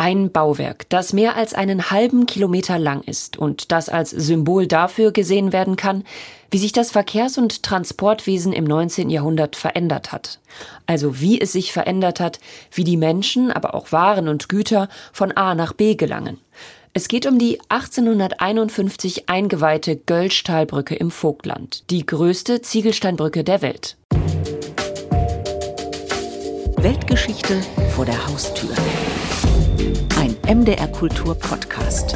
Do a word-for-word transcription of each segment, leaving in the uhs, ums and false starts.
Ein Bauwerk, das mehr als einen halben Kilometer lang ist und das als Symbol dafür gesehen werden kann, wie sich das Verkehrs- und Transportwesen im neunzehnten Jahrhundert verändert hat. Also wie es sich verändert hat, wie die Menschen, aber auch Waren und Güter von A nach B gelangen. Es geht um die achtzehnhunderteinundfünfzig eingeweihte Göllstahlbrücke im Vogtland, die größte Ziegelsteinbrücke der Welt. Weltgeschichte vor der Haustür. Ein M D R Kultur Podcast.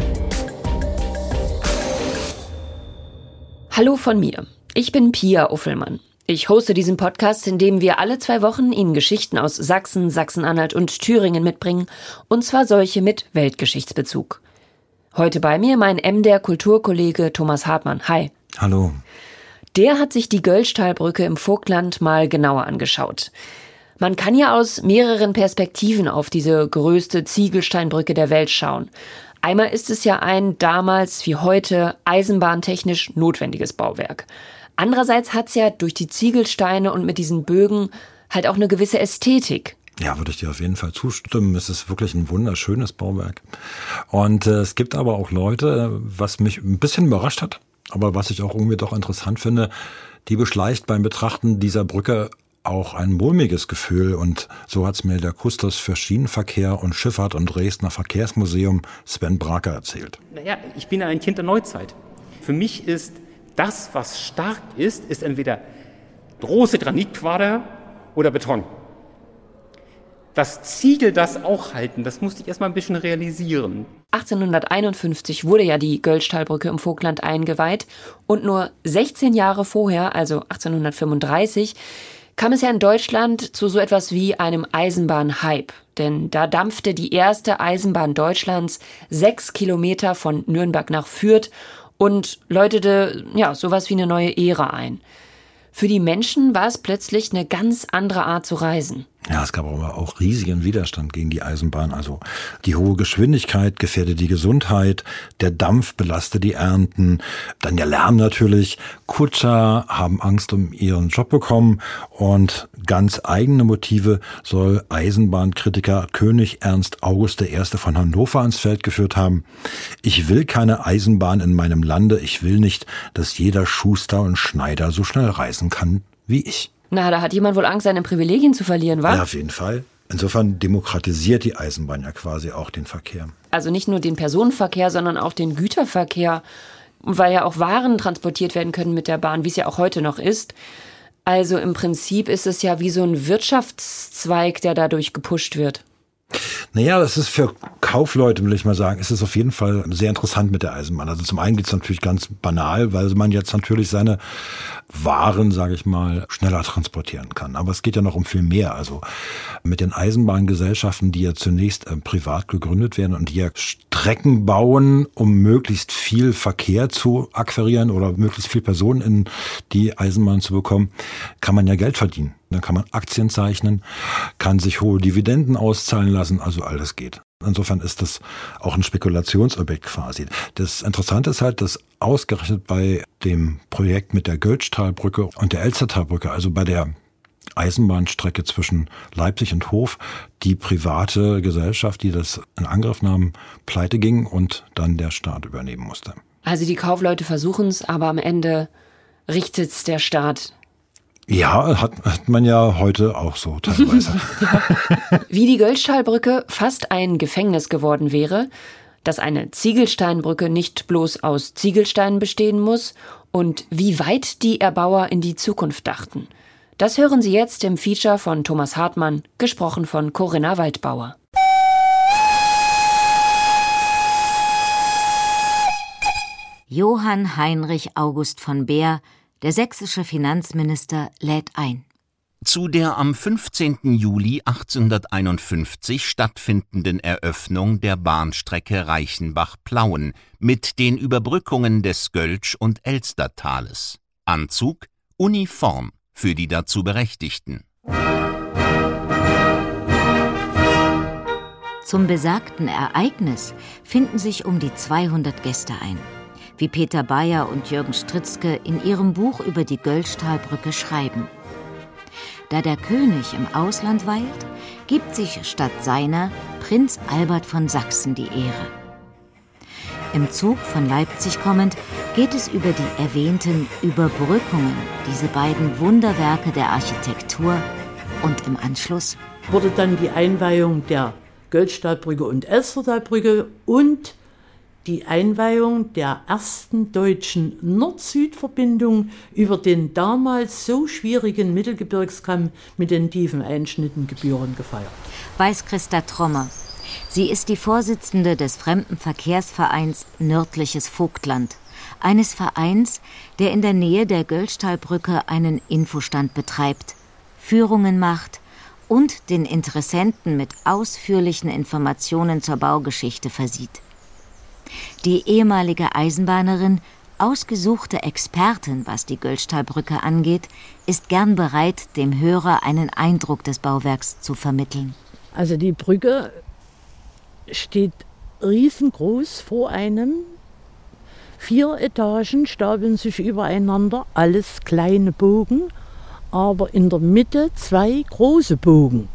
Hallo von mir. Ich bin Pia Uffelmann. Ich hoste diesen Podcast, in dem wir alle zwei Wochen Ihnen Geschichten aus Sachsen, Sachsen-Anhalt und Thüringen mitbringen, und zwar solche mit Weltgeschichtsbezug. Heute bei mir mein M D R Kulturkollege Thomas Hartmann. Hi. Hallo. Der hat sich die Göllstahlbrücke im Vogtland mal genauer angeschaut. Man kann ja aus mehreren Perspektiven auf diese größte Ziegelsteinbrücke der Welt schauen. Einmal ist es ja ein damals wie heute eisenbahntechnisch notwendiges Bauwerk. Andererseits hat es ja durch die Ziegelsteine und mit diesen Bögen halt auch eine gewisse Ästhetik. Ja, würde ich dir auf jeden Fall zustimmen. Es ist wirklich ein wunderschönes Bauwerk. Und äh, es gibt aber auch Leute, was mich ein bisschen überrascht hat, aber was ich auch irgendwie doch interessant finde, die beschleicht beim Betrachten dieser Brücke auch ein mulmiges Gefühl, und so hat's mir der Kustos für Schienenverkehr und Schifffahrt und Dresdner Verkehrsmuseum Sven Braker erzählt. Naja, ich bin ein Kind der Neuzeit. Für mich ist das, was stark ist, ist entweder große Granitquader oder Beton. Das Ziegel das auch halten, das musste ich erst mal ein bisschen realisieren. achtzehnhunderteinundfünfzig wurde ja die Göllstahlbrücke im Vogtland eingeweiht und nur sechzehn Jahre vorher, also achtzehnhundertfünfunddreißig, kam es ja in Deutschland zu so etwas wie einem Eisenbahnhype. Denn da dampfte die erste Eisenbahn Deutschlands sechs Kilometer von Nürnberg nach Fürth und läutete ja sowas wie eine neue Ära ein. Für die Menschen war es plötzlich eine ganz andere Art zu reisen. Ja, es gab aber auch riesigen Widerstand gegen die Eisenbahn. Also die hohe Geschwindigkeit gefährdet die Gesundheit, der Dampf belastet die Ernten, dann der Lärm natürlich. Kutscher haben Angst um ihren Job bekommen, und ganz eigene Motive soll Eisenbahnkritiker König Ernst August der Erste von Hannover ans Feld geführt haben. Ich will keine Eisenbahn in meinem Lande, ich will nicht, dass jeder Schuster und Schneider so schnell reisen kann wie ich. Na, da hat jemand wohl Angst, seine Privilegien zu verlieren, wa? Ja, auf jeden Fall. Insofern demokratisiert die Eisenbahn ja quasi auch den Verkehr. Also nicht nur den Personenverkehr, sondern auch den Güterverkehr, weil ja auch Waren transportiert werden können mit der Bahn, wie es ja auch heute noch ist. Also im Prinzip ist es ja wie so ein Wirtschaftszweig, der dadurch gepusht wird. Naja, es ist für Kaufleute, will ich mal sagen, es ist auf jeden Fall sehr interessant mit der Eisenbahn. Also zum einen geht es natürlich ganz banal, weil man jetzt natürlich seine Waren, sage ich mal, schneller transportieren kann. Aber es geht ja noch um viel mehr. Also mit den Eisenbahngesellschaften, die ja zunächst äh, privat gegründet werden und die ja Strecken bauen, um möglichst viel Verkehr zu akquirieren oder möglichst viel Personen in die Eisenbahn zu bekommen, kann man ja Geld verdienen. Dann kann man Aktien zeichnen, kann sich hohe Dividenden auszahlen lassen, also all das geht. Insofern ist das auch ein Spekulationsobjekt quasi. Das Interessante ist halt, dass ausgerechnet bei dem Projekt mit der Göllstahlbrücke und der Elstertalbrücke, also bei der Eisenbahnstrecke zwischen Leipzig und Hof, die private Gesellschaft, die das in Angriff nahm, pleite ging und dann der Staat übernehmen musste. Also die Kaufleute versuchen es, aber am Ende richtet's der Staat. Ja, hat, hat man ja heute auch so teilweise. Ja. Wie die Göllstahlbrücke fast ein Gefängnis geworden wäre, dass eine Ziegelsteinbrücke nicht bloß aus Ziegelsteinen bestehen muss und wie weit die Erbauer in die Zukunft dachten. Das hören Sie jetzt im Feature von Thomas Hartmann, gesprochen von Corinna Waldbauer. Johann Heinrich August von Behr, der sächsische Finanzminister, lädt ein. Zu der am fünfzehnten Juli achtzehnhunderteinundfünfzig stattfindenden Eröffnung der Bahnstrecke Reichenbach-Plauen mit den Überbrückungen des Göltsch- und Elstertales. Anzug, Uniform für die dazu Berechtigten. Zum besagten Ereignis finden sich um die zweihundert Gäste ein. Wie Peter Bayer und Jürgen Stritzke in ihrem Buch über die Göllstahlbrücke schreiben. Da der König im Ausland weilt, gibt sich statt seiner Prinz Albert von Sachsen die Ehre. Im Zug von Leipzig kommend geht es über die erwähnten Überbrückungen, diese beiden Wunderwerke der Architektur, und im Anschluss wurde dann die Einweihung der Göldstahlbrücke und Elstertalbrücke und die Einweihung der ersten deutschen Nord-Süd-Verbindung über den damals so schwierigen Mittelgebirgskamm mit den tiefen Einschnitten gebührend gefeiert. Weiß Christa Trommer. Sie ist die Vorsitzende des Fremdenverkehrsvereins Nördliches Vogtland, eines Vereins, der in der Nähe der Göldstahlbrücke einen Infostand betreibt, Führungen macht und den Interessenten mit ausführlichen Informationen zur Baugeschichte versieht. Die ehemalige Eisenbahnerin, ausgesuchte Expertin, was die Göldstahlbrücke angeht, ist gern bereit, dem Hörer einen Eindruck des Bauwerks zu vermitteln. Also die Brücke steht riesengroß vor einem. Vier Etagen stapeln sich übereinander, alles kleine Bogen, aber in der Mitte zwei große Bogen.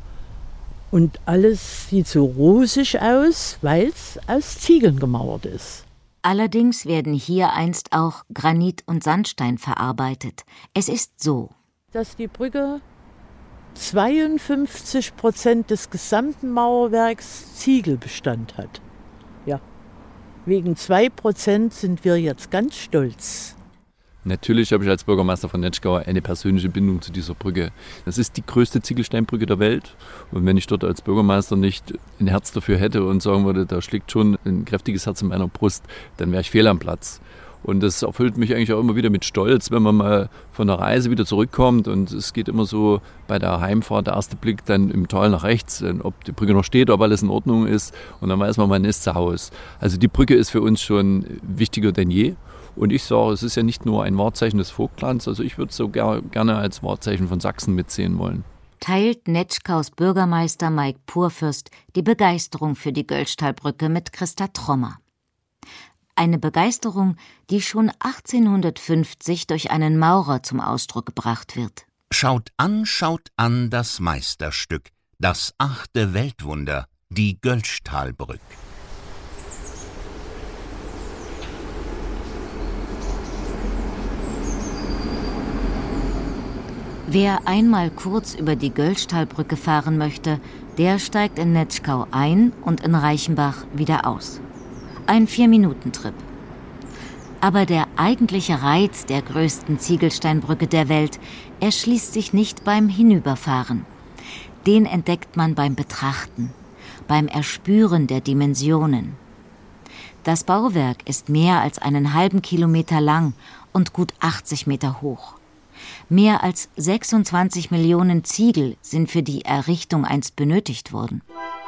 Und alles sieht so rosig aus, weil es aus Ziegeln gemauert ist. Allerdings werden hier einst auch Granit und Sandstein verarbeitet. Es ist so, dass die Brücke zweiundfünfzig Prozent des gesamten Mauerwerks Ziegelbestand hat. Ja, wegen zwei Prozent sind wir jetzt ganz stolz. Natürlich habe ich als Bürgermeister von Netschkau eine persönliche Bindung zu dieser Brücke. Das ist die größte Ziegelsteinbrücke der Welt. Und wenn ich dort als Bürgermeister nicht ein Herz dafür hätte und sagen würde, da schlägt schon ein kräftiges Herz in meiner Brust, dann wäre ich fehl am Platz. Und das erfüllt mich eigentlich auch immer wieder mit Stolz, wenn man mal von der Reise wieder zurückkommt. Und es geht immer so bei der Heimfahrt, der erste Blick dann im Tal nach rechts, ob die Brücke noch steht, ob alles in Ordnung ist. Und dann weiß man, man ist zu Hause. Also die Brücke ist für uns schon wichtiger denn je. Und ich sage, es ist ja nicht nur ein Wahrzeichen des Vogtlands, also ich würde es so ger- gerne als Wahrzeichen von Sachsen mitsehen wollen. Teilt Netschkaus Bürgermeister Mike Purfürst die Begeisterung für die Göldstahlbrücke mit Christa Trommer. Eine Begeisterung, die schon achtzehnhundertfünfzig durch einen Maurer zum Ausdruck gebracht wird. Schaut an, schaut an das Meisterstück, das achte Weltwunder, die Göldstahlbrücke. Wer einmal kurz über die Göldstahlbrücke fahren möchte, der steigt in Netschkau ein und in Reichenbach wieder aus. Ein Vier-Minuten-Trip. Aber der eigentliche Reiz der größten Ziegelsteinbrücke der Welt erschließt sich nicht beim Hinüberfahren. Den entdeckt man beim Betrachten, beim Erspüren der Dimensionen. Das Bauwerk ist mehr als einen halben Kilometer lang und gut achtzig Meter hoch. Mehr als sechsundzwanzig Millionen Ziegel sind für die Errichtung einst benötigt worden.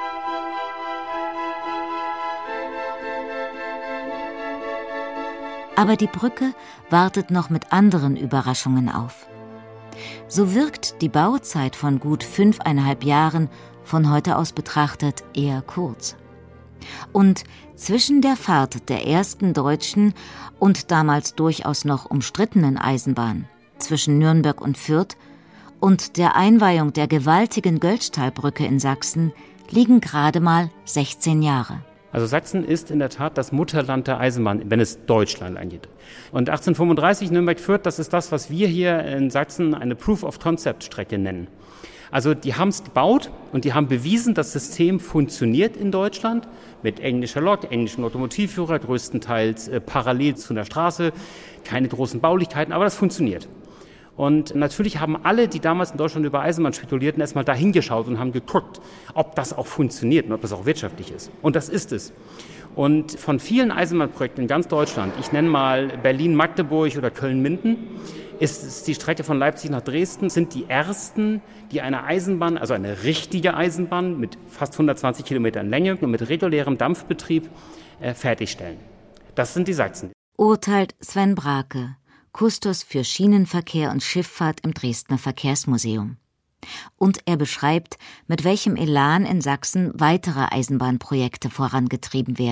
Aber die Brücke wartet noch mit anderen Überraschungen auf. So wirkt die Bauzeit von gut fünfeinhalb Jahren von heute aus betrachtet eher kurz. Und zwischen der Fahrt der ersten deutschen und damals durchaus noch umstrittenen Eisenbahn zwischen Nürnberg und Fürth und der Einweihung der gewaltigen Göldstahlbrücke in Sachsen liegen gerade mal sechzehn Jahre. Also Sachsen ist in der Tat das Mutterland der Eisenbahn, wenn es Deutschland angeht. Und achtzehnhundertfünfunddreißig Nürnberg-Fürth, das ist das, was wir hier in Sachsen eine Proof-of-Concept-Strecke nennen. Also die haben es gebaut und die haben bewiesen, das System funktioniert in Deutschland mit englischer Lok, englischen Lokomotivführer, größtenteils äh, parallel zu einer Straße, keine großen Baulichkeiten, aber das funktioniert. Und natürlich haben alle, die damals in Deutschland über Eisenbahn spekulierten, erstmal da hingeschaut und haben geguckt, ob das auch funktioniert und ob das auch wirtschaftlich ist. Und das ist es. Und von vielen Eisenbahnprojekten in ganz Deutschland, ich nenne mal Berlin-Magdeburg oder Köln-Minden, ist es die Strecke von Leipzig nach Dresden, sind die ersten, die eine Eisenbahn, also eine richtige Eisenbahn mit fast hundertzwanzig Kilometern Länge und mit regulärem Dampfbetrieb äh, fertigstellen. Das sind die Sachsen. Urteilt Sven Brake, Kustos für Schienenverkehr und Schifffahrt im Dresdner Verkehrsmuseum. Und er beschreibt, mit welchem Elan in Sachsen weitere Eisenbahnprojekte vorangetrieben werden.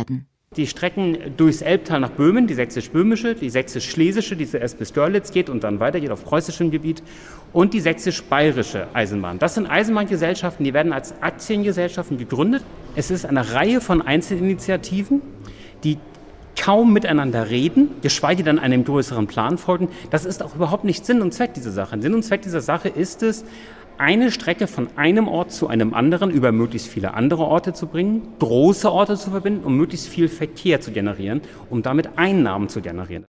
Die Strecken durchs Elbtal nach Böhmen, die sächsisch-böhmische, die sächsisch-schlesische, die zuerst bis Görlitz geht und dann weitergeht auf preußischem Gebiet, und die sächsisch-bayerische Eisenbahn. Das sind Eisenbahngesellschaften, die werden als Aktiengesellschaften gegründet. Es ist eine Reihe von Einzelinitiativen, die kaum miteinander reden, geschweige denn einem größeren Plan folgen. Das ist auch überhaupt nicht Sinn und Zweck dieser Sache. Sinn und Zweck dieser Sache ist es, eine Strecke von einem Ort zu einem anderen über möglichst viele andere Orte zu bringen, große Orte zu verbinden, um möglichst viel Verkehr zu generieren, um damit Einnahmen zu generieren.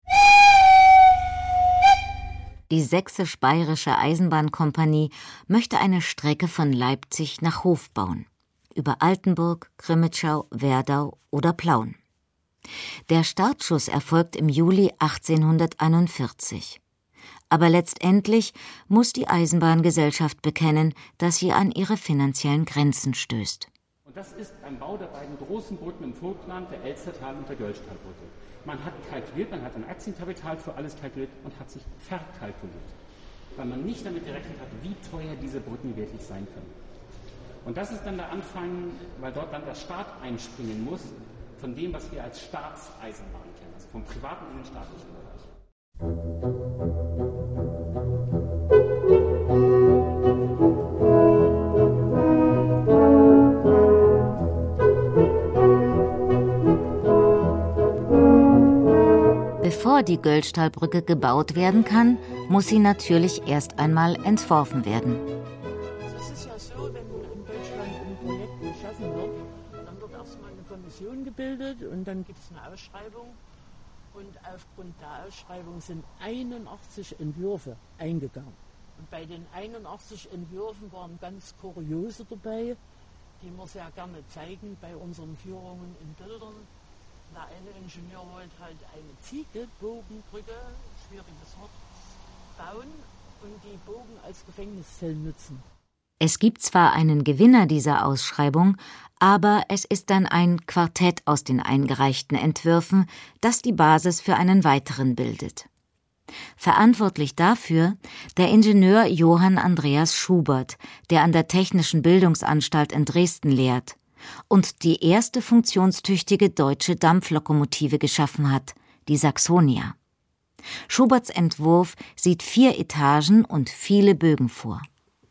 Die Sächsisch-Bayerische Eisenbahnkompanie möchte eine Strecke von Leipzig nach Hof bauen, über Altenburg, Crimmitschau, Werdau oder Plauen. Der Startschuss erfolgt im Juli achtzehnhunderteinundvierzig. Aber letztendlich muss die Eisenbahngesellschaft bekennen, dass sie an ihre finanziellen Grenzen stößt. Und das ist beim Bau der beiden großen Brücken im Vogtland, der Elstertal- und der Göltzschtalbrücke. Man hat kalkuliert, man hat ein Aktienkapital für alles kalkuliert und hat sich verkalkuliert, weil man nicht damit gerechnet hat, wie teuer diese Brücken wirklich sein können. Und das ist dann der Anfang, weil dort dann der Staat einspringen muss, von dem, was wir als Staatseisenbahn kennen, also vom privaten in den staatlichen Bereich. Bevor die Göltzschtalbrücke gebaut werden kann, muss sie natürlich erst einmal entworfen werden. Es ist ja so, wenn in Deutschland ein Projekt geschaffen wird, dann wird erstmal eine Kommission gebildet und dann gibt es eine Ausschreibung. Und aufgrund der Ausschreibung sind einundachtzig Entwürfe eingegangen. Und bei den einundachtzig Entwürfen waren ganz kuriose dabei, die wir sehr gerne zeigen bei unseren Führungen in Bildern. Der eine Ingenieur wollte halt eine Ziegelbogenbrücke, schwieriges Wort, bauen und die Bogen als Gefängniszellen nutzen. Es gibt zwar einen Gewinner dieser Ausschreibung, aber es ist dann ein Quartett aus den eingereichten Entwürfen, das die Basis für einen weiteren bildet. Verantwortlich dafür der Ingenieur Johann Andreas Schubert, der an der Technischen Bildungsanstalt in Dresden lehrt und die erste funktionstüchtige deutsche Dampflokomotive geschaffen hat, die Saxonia. Schuberts Entwurf sieht vier Etagen und viele Bögen vor.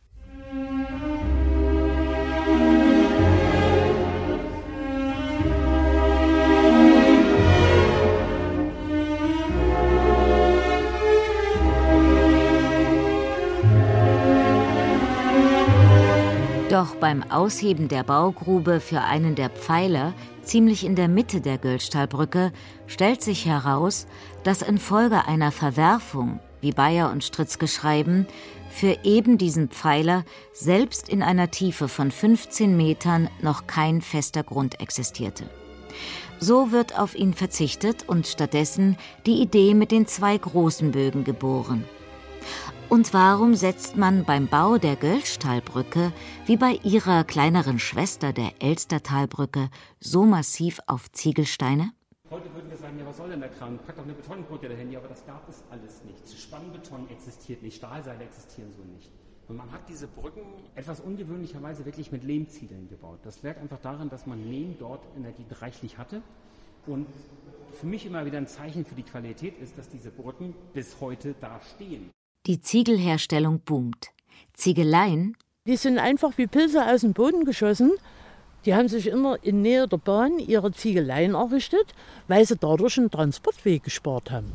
Doch beim Ausheben der Baugrube für einen der Pfeiler, ziemlich in der Mitte der Göltzschtalbrücke, stellt sich heraus, dass infolge einer Verwerfung, wie Bayer und Stritzke schreiben, für eben diesen Pfeiler selbst in einer Tiefe von fünfzehn Metern noch kein fester Grund existierte. So wird auf ihn verzichtet und stattdessen die Idee mit den zwei großen Bögen geboren. Und warum setzt man beim Bau der Göltzschtalbrücke, wie bei ihrer kleineren Schwester, der Elstertalbrücke, so massiv auf Ziegelsteine? Heute würden wir sagen, ja, was soll denn der Kram? Pack doch eine Betonbrücke dahin. Ja, aber das gab es alles nicht. Spannbeton existiert nicht, Stahlseile existieren so nicht. Und man hat diese Brücken etwas ungewöhnlicherweise wirklich mit Lehmziegeln gebaut. Das lag einfach daran, dass man Lehm dort energiereichlich hatte. Und für mich immer wieder ein Zeichen für die Qualität ist, dass diese Brücken bis heute da stehen. Die Ziegelherstellung boomt. Ziegeleien? Die sind einfach wie Pilze aus dem Boden geschossen. Die haben sich immer in Nähe der Bahn ihre Ziegeleien errichtet, weil sie dadurch einen Transportweg gespart haben.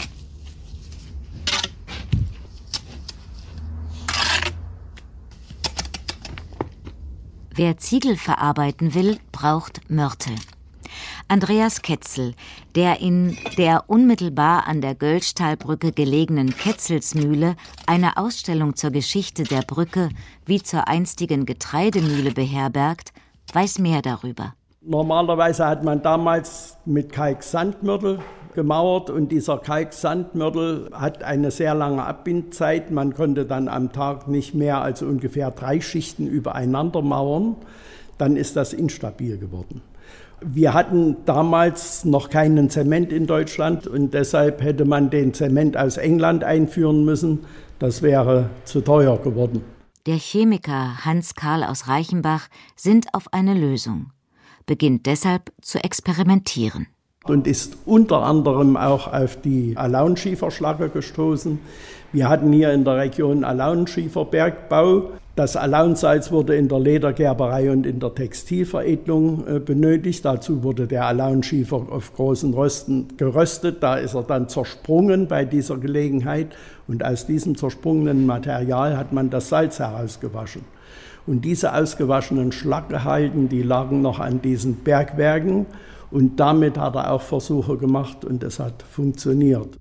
Wer Ziegel verarbeiten will, braucht Mörtel. Andreas Ketzel, der in der unmittelbar an der Göltzschtalbrücke gelegenen Ketzelsmühle eine Ausstellung zur Geschichte der Brücke wie zur einstigen Getreidemühle beherbergt, weiß mehr darüber. Normalerweise hat man damals mit Kalksandmörtel gemauert und dieser Kalksandmörtel hat eine sehr lange Abbindzeit. Man konnte dann am Tag nicht mehr als ungefähr drei Schichten übereinander mauern. Dann ist das instabil geworden. Wir hatten damals noch keinen Zement in Deutschland und deshalb hätte man den Zement aus England einführen müssen. Das wäre zu teuer geworden. Der Chemiker Hans Karl aus Reichenbach sinnt auf eine Lösung. beginnt deshalb zu experimentieren. Und ist unter anderem auch auf die Alaunschieferschlacke gestoßen. Wir hatten hier in der Region Alaunschieferbergbau. Das Alaunsalz wurde in der Ledergerberei und in der Textilveredelung äh, benötigt. Dazu wurde der Alaunschiefer auf großen Rösten geröstet. Da ist er dann zersprungen bei dieser Gelegenheit. Und aus diesem zersprungenen Material hat man das Salz herausgewaschen. Und diese ausgewaschenen Schlackehalden, die lagen noch an diesen Bergwerken. Und damit hat er auch Versuche gemacht und es hat funktioniert.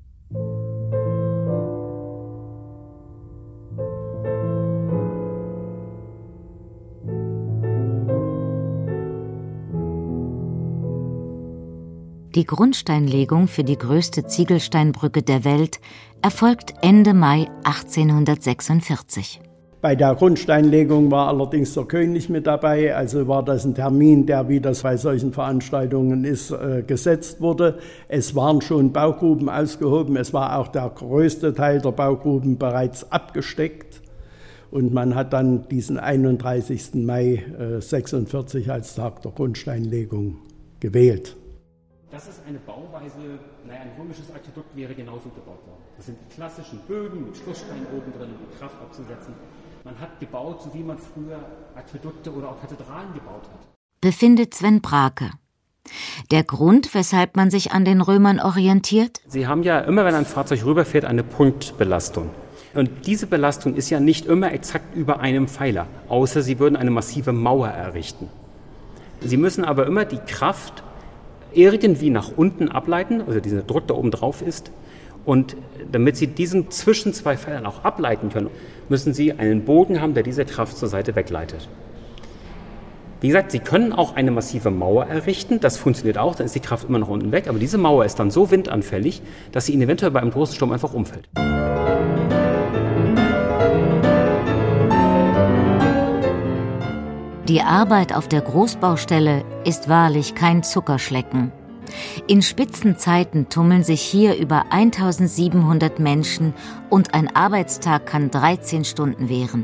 Die Grundsteinlegung für die größte Ziegelsteinbrücke der Welt erfolgt Ende Mai achtzehnhundertsechsundvierzig. Bei der Grundsteinlegung war allerdings der König mit dabei, also war das ein Termin, der, wie das bei solchen Veranstaltungen ist, äh, gesetzt wurde. Es waren schon Baugruben ausgehoben, es war auch der größte Teil der Baugruben bereits abgesteckt und man hat dann diesen einunddreißigsten Mai sechsundvierzig als Tag der Grundsteinlegung gewählt. Das ist eine Bauweise, naja, ein römisches Aquädukt wäre genauso gebaut worden. Das sind die klassischen Bögen mit Schlussstein oben drin, um die Kraft abzusetzen. Man hat gebaut, so wie man früher Aquädukte oder auch Kathedralen gebaut hat. Befindet Sven Brake. Der Grund, weshalb man sich an den Römern orientiert? Sie haben ja immer, wenn ein Fahrzeug rüberfährt, eine Punktbelastung. Und diese Belastung ist ja nicht immer exakt über einem Pfeiler, außer Sie würden eine massive Mauer errichten. Sie müssen aber immer die Kraft irgendwie nach unten ableiten, also dieser Druck da oben drauf ist. Und damit Sie diesen zwischen zwei Pfeilern auch ableiten können, müssen Sie einen Bogen haben, der diese Kraft zur Seite wegleitet. Wie gesagt, Sie können auch eine massive Mauer errichten, das funktioniert auch, dann ist die Kraft immer nach unten weg, aber diese Mauer ist dann so windanfällig, dass sie Ihnen eventuell bei einem großen Sturm einfach umfällt. Die Arbeit auf der Großbaustelle ist wahrlich kein Zuckerschlecken. In Spitzenzeiten tummeln sich hier über eintausendsiebenhundert Menschen und ein Arbeitstag kann dreizehn Stunden währen.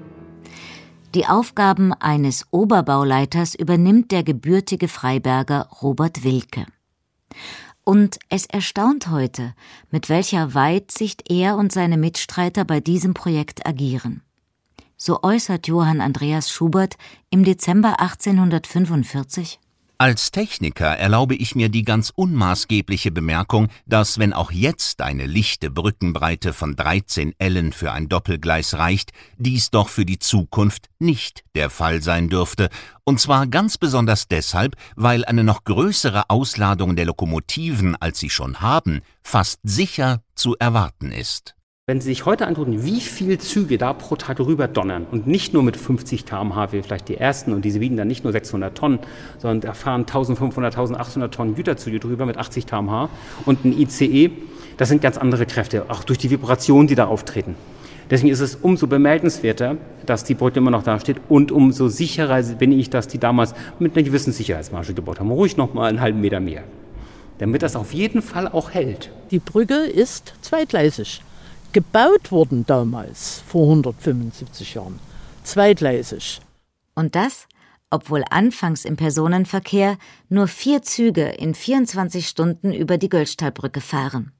Die Aufgaben eines Oberbauleiters übernimmt der gebürtige Freiberger Robert Wilke. Und es erstaunt heute, mit welcher Weitsicht er und seine Mitstreiter bei diesem Projekt agieren. So äußert Johann Andreas Schubert im Dezember achtzehnhundertfünfundvierzig: Als Techniker erlaube ich mir die ganz unmaßgebliche Bemerkung, dass, wenn auch jetzt eine lichte Brückenbreite von dreizehn Ellen für ein Doppelgleis reicht, dies doch für die Zukunft nicht der Fall sein dürfte, und zwar ganz besonders deshalb, weil eine noch größere Ausladung der Lokomotiven, als sie schon haben, fast sicher zu erwarten ist. Wenn Sie sich heute antun, wie viele Züge da pro Tag rüber donnern und nicht nur mit fünfzig Kilometer pro Stunde wie vielleicht die ersten und diese wiegen dann nicht nur sechshundert Tonnen, sondern da fahren eintausendfünfhundert, eintausendachthundert Tonnen Güterzüge drüber mit achtzig Kilometer pro Stunde und ein I C E, das sind ganz andere Kräfte, auch durch die Vibrationen, die da auftreten. Deswegen ist es umso bemerkenswerter, dass die Brücke immer noch da steht und umso sicherer bin ich, dass die damals mit einer gewissen Sicherheitsmarge gebaut haben. Ruhig noch mal einen halben Meter mehr, damit das auf jeden Fall auch hält. Die Brücke ist zweigleisig. Gebaut worden damals, vor hundertfünfundsiebzig Jahren, zweigleisig. Und das, obwohl anfangs im Personenverkehr nur vier Züge in vierundzwanzig Stunden über die Göllstallbrücke fahren.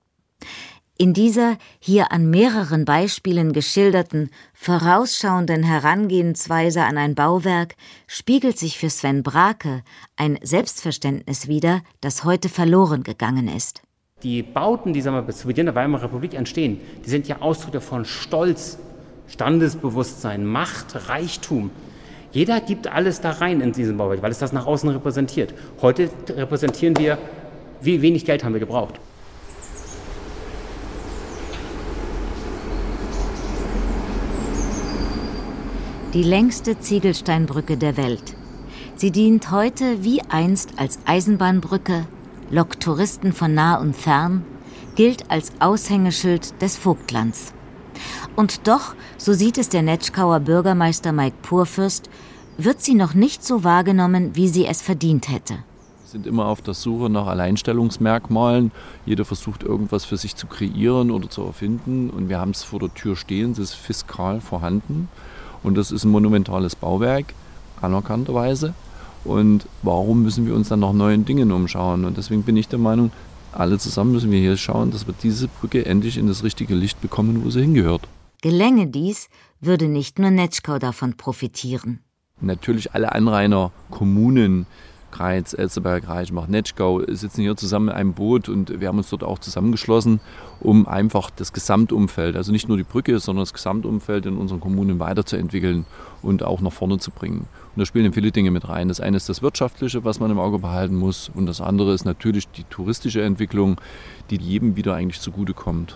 In dieser hier an mehreren Beispielen geschilderten, vorausschauenden Herangehensweise an ein Bauwerk spiegelt sich für Sven Brake ein Selbstverständnis wider, das heute verloren gegangen ist. Die Bauten, die sagen wir, bis zu Beginn der Weimarer Republik entstehen, die sind ja Ausdrücke von Stolz, Standesbewusstsein, Macht, Reichtum. Jeder gibt alles da rein in diesen Bauwerk, weil es das nach außen repräsentiert. Heute repräsentieren wir, wie wenig Geld haben wir gebraucht. Die längste Ziegelsteinbrücke der Welt. Sie dient heute wie einst als Eisenbahnbrücke, lockt Touristen von nah und fern, gilt als Aushängeschild des Vogtlands. Und doch, so sieht es der Netschkauer Bürgermeister Mike Purfürst, wird sie noch nicht so wahrgenommen, wie sie es verdient hätte. Wir sind immer auf der Suche nach Alleinstellungsmerkmalen. Jeder versucht, irgendwas für sich zu kreieren oder zu erfinden. Und wir haben es vor der Tür stehen, es ist fiskal vorhanden. Und das ist ein monumentales Bauwerk, anerkannterweise. Und warum müssen wir uns dann nach neuen Dingen umschauen? Und deswegen bin ich der Meinung, alle zusammen müssen wir hier schauen, dass wir diese Brücke endlich in das richtige Licht bekommen, wo sie hingehört. Gelänge dies, würde nicht nur Netschkau davon profitieren. Natürlich alle Anrainer, Kommunen, Greiz, Elsterberg, Reichenbach, Netschkau sitzen hier zusammen in einem Boot und wir haben uns dort auch zusammengeschlossen, um einfach das Gesamtumfeld, also nicht nur die Brücke, sondern das Gesamtumfeld in unseren Kommunen weiterzuentwickeln und auch nach vorne zu bringen. Und da spielen viele Dinge mit rein. Das eine ist das Wirtschaftliche, was man im Auge behalten muss, und das andere ist natürlich die touristische Entwicklung, die jedem wieder eigentlich zugutekommt.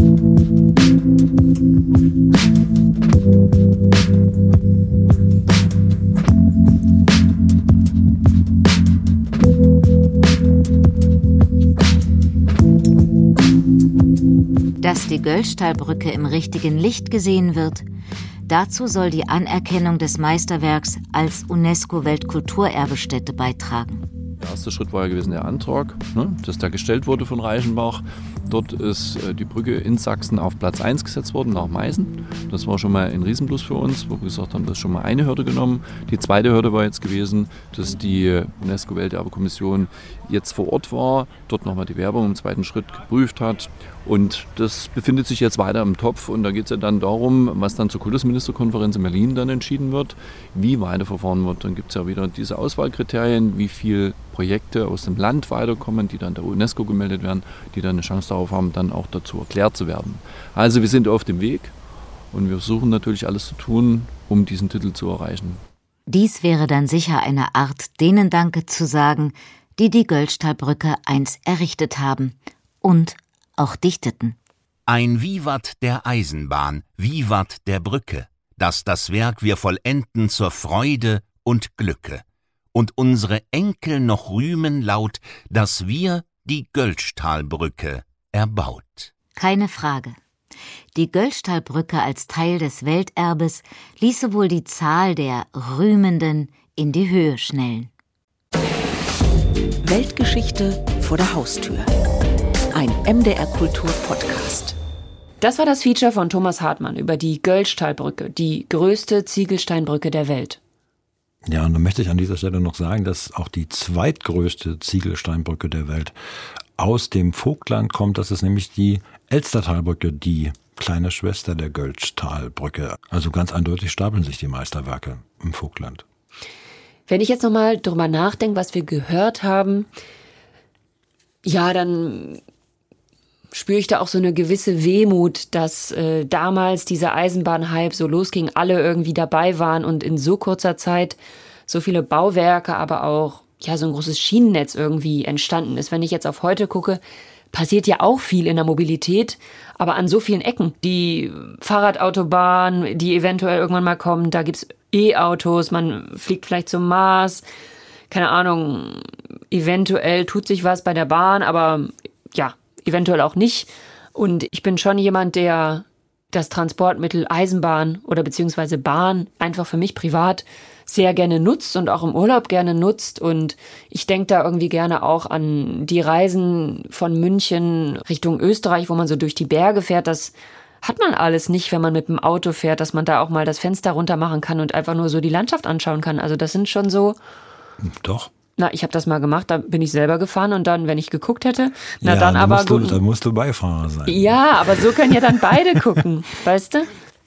Dass die Göllstallbrücke im richtigen Licht gesehen wird, dazu soll die Anerkennung des Meisterwerks als UNESCO-Weltkulturerbestätte beitragen. Der erste Schritt war ja gewesen der Antrag, ne, dass der gestellt wurde von Reichenbach. Dort ist äh, die Brücke in Sachsen auf Platz eins gesetzt worden, nach Meißen. Das war schon mal ein Riesenplus für uns, wo wir gesagt haben, das ist schon mal eine Hürde genommen. Die zweite Hürde war jetzt gewesen, dass die UNESCO-Welterbekommission jetzt vor Ort war, dort nochmal die Werbung im zweiten Schritt geprüft hat. Und das befindet sich jetzt weiter im Topf. Und da geht es ja dann darum, was dann zur Kultusministerkonferenz in Berlin dann entschieden wird, wie weiterverfahren wird. Dann gibt es ja wieder diese Auswahlkriterien, wie viele Projekte aus dem Land weiterkommen, die dann der UNESCO gemeldet werden, die dann eine Chance darauf haben, dann auch dazu erklärt zu werden. Also wir sind auf dem Weg und wir versuchen natürlich alles zu tun, um diesen Titel zu erreichen. Dies wäre dann sicher eine Art, denen Danke zu sagen, die die Göllstallbrücke einst errichtet haben und auch dichteten. Ein Vivat der Eisenbahn, Vivat der Brücke, dass das Werk wir vollenden zur Freude und Glücke. Und unsere Enkel noch rühmen laut, dass wir die Göllstallbrücke erbaut. Keine Frage. Die Göllstallbrücke als Teil des Welterbes ließe wohl die Zahl der Rühmenden in die Höhe schnellen. Weltgeschichte vor der Haustür. Ein M D R Kultur Podcast. Das war das Feature von Thomas Hartmann über die Göllstallbrücke, die größte Ziegelsteinbrücke der Welt. Ja, und da möchte ich an dieser Stelle noch sagen, dass auch die zweitgrößte Ziegelsteinbrücke der Welt aus dem Vogtland kommt. Das ist nämlich die Elstertalbrücke, die kleine Schwester der Göllstallbrücke. Also ganz eindeutig stapeln sich die Meisterwerke im Vogtland. Wenn ich jetzt nochmal drüber nachdenke, was wir gehört haben, ja, dann spüre ich da auch so eine gewisse Wehmut, dass äh, damals dieser Eisenbahnhype so losging, alle irgendwie dabei waren und in so kurzer Zeit so viele Bauwerke, aber auch ja so ein großes Schienennetz irgendwie entstanden ist. Wenn ich jetzt auf heute gucke, passiert ja auch viel in der Mobilität, aber an so vielen Ecken. Die Fahrradautobahn, die eventuell irgendwann mal kommen, da gibt's E-Autos, man fliegt vielleicht zum Mars, keine Ahnung, eventuell tut sich was bei der Bahn, aber ja, eventuell auch nicht. Und ich bin schon jemand, der das Transportmittel Eisenbahn oder beziehungsweise Bahn einfach für mich privat sehr gerne nutzt und auch im Urlaub gerne nutzt. Und ich denke da irgendwie gerne auch an die Reisen von München Richtung Österreich, wo man so durch die Berge fährt. Das hat man alles nicht, wenn man mit dem Auto fährt, dass man da auch mal das Fenster runter machen kann und einfach nur so die Landschaft anschauen kann. Also das sind schon so... Doch. Na, ich habe das mal gemacht, da bin ich selber gefahren und dann, wenn ich geguckt hätte, na ja, dann aber musst du, gut. dann musst du Beifahrer sein. Ja, aber so können ja dann beide gucken, weißt du?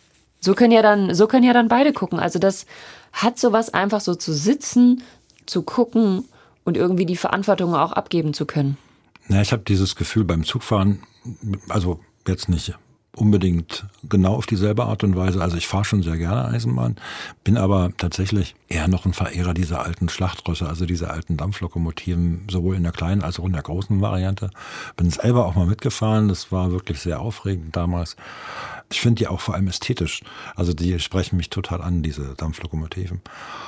So können ja dann, so können ja dann beide gucken. Also das hat sowas, einfach so zu sitzen, zu gucken und irgendwie die Verantwortung auch abgeben zu können. Na, ich habe dieses Gefühl beim Zugfahren, also jetzt nicht unbedingt genau auf dieselbe Art und Weise. Also ich fahre schon sehr gerne Eisenbahn, bin aber tatsächlich eher noch ein Verehrer dieser alten Schlachtrösser, also diese alten Dampflokomotiven, sowohl in der kleinen als auch in der großen Variante. Bin selber auch mal mitgefahren, das war wirklich sehr aufregend damals. Ich finde die auch vor allem ästhetisch, also die sprechen mich total an, diese Dampflokomotiven.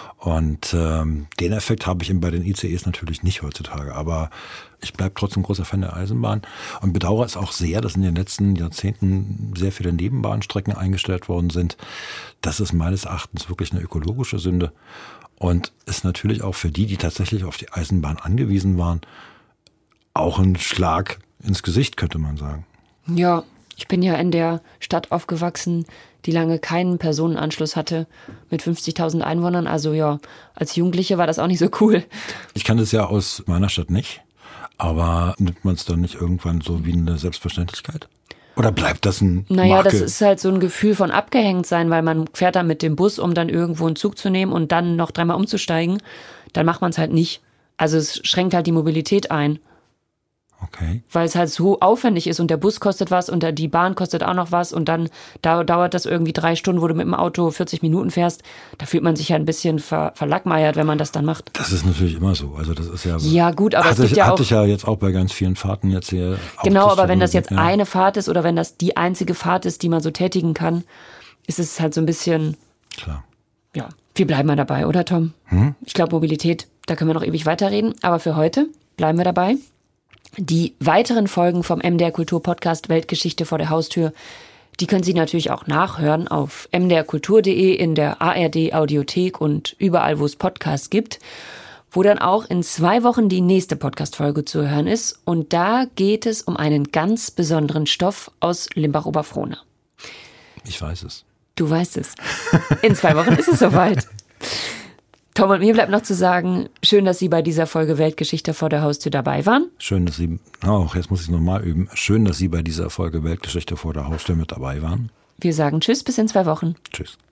Und ähm, den Effekt habe ich eben bei den I C Es natürlich nicht heutzutage, aber ich bleibe trotzdem großer Fan der Eisenbahn und bedauere es auch sehr, dass in den letzten Jahrzehnten sehr viele Nebenbahnstrecken eingestellt worden sind. Das ist meines Erachtens wirklich eine ökologische Sünde und ist natürlich auch für die, die tatsächlich auf die Eisenbahn angewiesen waren, auch ein Schlag ins Gesicht, könnte man sagen. Ja, Ich bin ja in der Stadt aufgewachsen, die lange keinen Personenanschluss hatte, mit fünfzigtausend Einwohnern. Also ja, als Jugendliche war das auch nicht so cool. Ich kann das ja aus meiner Stadt nicht, aber nimmt man es dann nicht irgendwann so wie eine Selbstverständlichkeit? Oder bleibt das ein Naja, Marke? das ist halt so ein Gefühl von abgehängt sein, weil man fährt dann mit dem Bus, um dann irgendwo einen Zug zu nehmen und dann noch dreimal umzusteigen. Dann macht man es halt nicht. Also es schränkt halt die Mobilität ein. Okay. Weil es halt so aufwendig ist und der Bus kostet was und die Bahn kostet auch noch was und dann dauert das irgendwie drei Stunden, wo du mit dem Auto vierzig Minuten fährst. Da fühlt man sich ja ein bisschen ver, verlackmeiert, wenn man das dann macht. Das ist natürlich immer so. Also das ist ja. Ja gut, aber hatte es gibt ich, ja auch. Hatte ich ja jetzt auch bei ganz vielen Fahrten jetzt hier. Genau, aber wenn das jetzt ja. eine Fahrt ist oder wenn das die einzige Fahrt ist, die man so tätigen kann, ist es halt so ein bisschen. Klar. Ja, wir bleiben mal dabei, oder Tom? Hm? Ich glaube, Mobilität, da können wir noch ewig weiterreden. Aber für heute bleiben wir dabei. Die weiteren Folgen vom M D R Kultur Podcast Weltgeschichte vor der Haustür, die können Sie natürlich auch nachhören auf m d r kultur punkt d e, in der A R D Audiothek und überall, wo es Podcasts gibt, wo dann auch in zwei Wochen die nächste Podcast-Folge zu hören ist. Und da geht es um einen ganz besonderen Stoff aus Limbach-Oberfrohna. Ich weiß es. Du weißt es. In zwei Wochen ist es soweit. Tom und mir bleibt noch zu sagen, schön, dass Sie bei dieser Folge Weltgeschichte vor der Haustür dabei waren. Schön, dass Sie, auch jetzt muss ich nochmal üben, schön, dass Sie bei dieser Folge Weltgeschichte vor der Haustür mit dabei waren. Wir sagen Tschüss, bis in zwei Wochen. Tschüss.